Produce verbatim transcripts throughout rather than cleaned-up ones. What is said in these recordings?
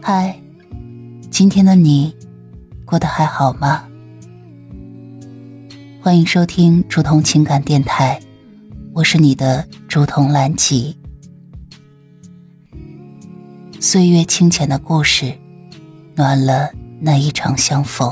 嗨，今天的你过得还好吗？欢迎收听竹筒情感电台，我是你的竹筒兰吉。岁月清浅的故事，暖了那一场相逢。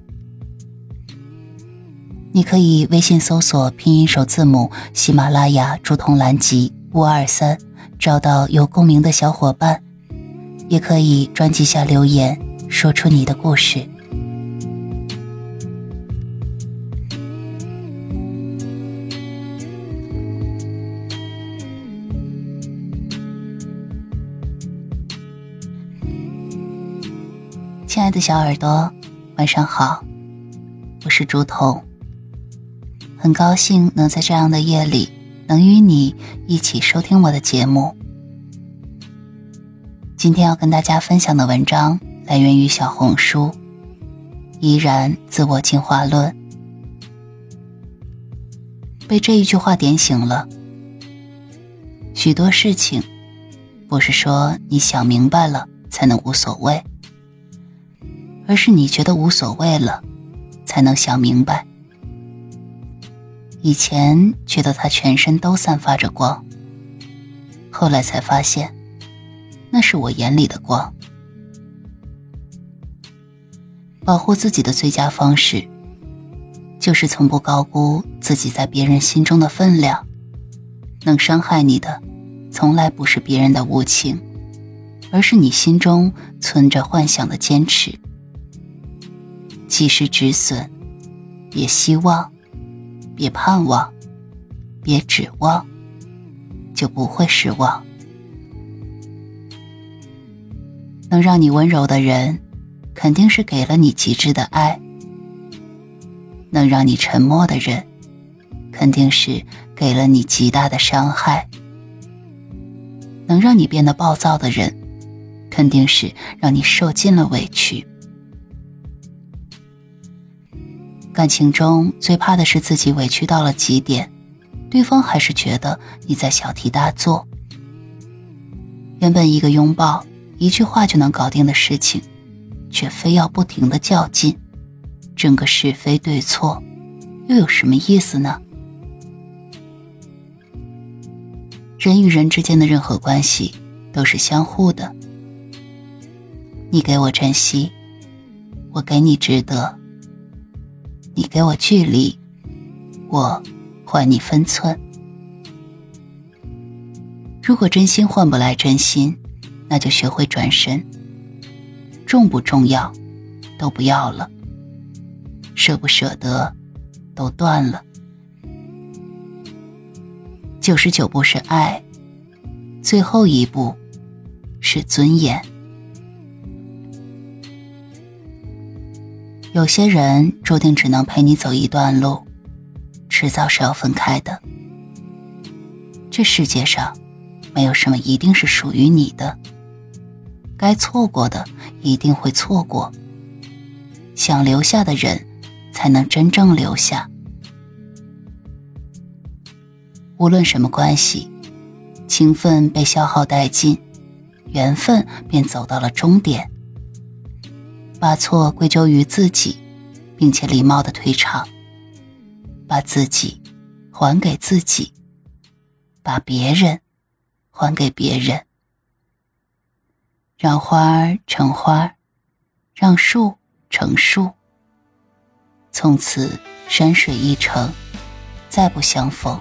你可以微信搜索拼音首字母喜马拉雅竹筒兰吉五二三，找到有共鸣的小伙伴，也可以专辑下留言，说出你的故事。亲爱的小耳朵，晚上好，我是竹筒，很高兴能在这样的夜里能与你一起收听我的节目。今天要跟大家分享的文章来源于小红书，依然自我进化论。被这一句话点醒了，许多事情不是说你想明白了才能无所谓，而是你觉得无所谓了才能想明白。以前觉得他全身都散发着光，后来才发现那是我眼里的光。保护自己的最佳方式就是从不高估自己在别人心中的分量。能伤害你的从来不是别人的无情，而是你心中存着幻想的坚持。及时止损，别希望，别盼望，别指望，就不会失望。能让你温柔的人，肯定是给了你极致的爱；能让你沉默的人，肯定是给了你极大的伤害；能让你变得暴躁的人，肯定是让你受尽了委屈。感情中最怕的是自己委屈到了极点，对方还是觉得你在小题大做。原本一个拥抱，一句话就能搞定的事情，却非要不停地较劲，争个是非对错，又有什么意思呢？人与人之间的任何关系都是相互的，你给我珍惜，我给你值得；你给我距离，我还你分寸。如果真心换不来真心，那就学会转身，重不重要都不要了，舍不舍得都断了。九十九步是爱，最后一步是尊严。有些人注定只能陪你走一段路，迟早是要分开的。这世界上没有什么一定是属于你的，该错过的一定会错过，想留下的人才能真正留下。无论什么关系，情分被消耗殆尽，缘分便走到了终点。把错归咎于自己，并且礼貌地退场，把自己还给自己，把别人还给别人。让花儿成花儿，让树成树，从此山水一程，再不相逢。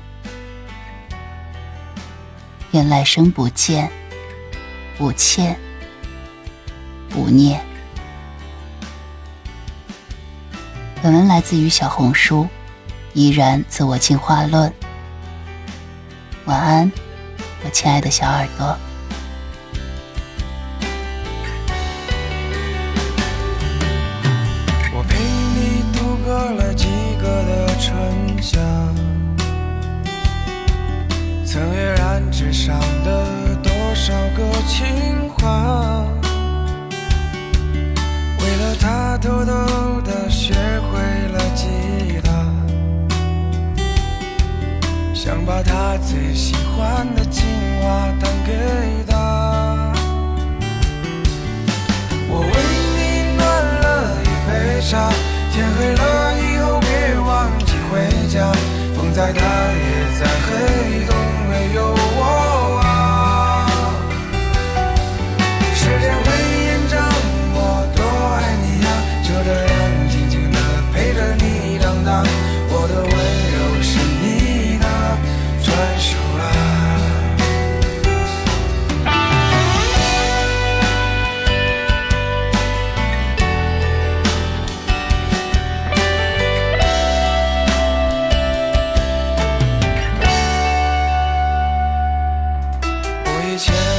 愿来生不见，不欠，不念。本文来自于小红书，依然自我进化论。晚安，我亲爱的小耳朵。 我陪你度过了几个的春夏，曾跃然纸上的多少个情话，为了他偷偷地学会了吉他，想把他最喜欢的情话弹给他。 在他也在黑洞，没有我啊。时间会验证我多爱你呀，就这样静静地陪着你长大。我的温柔是你的专属啊。我以前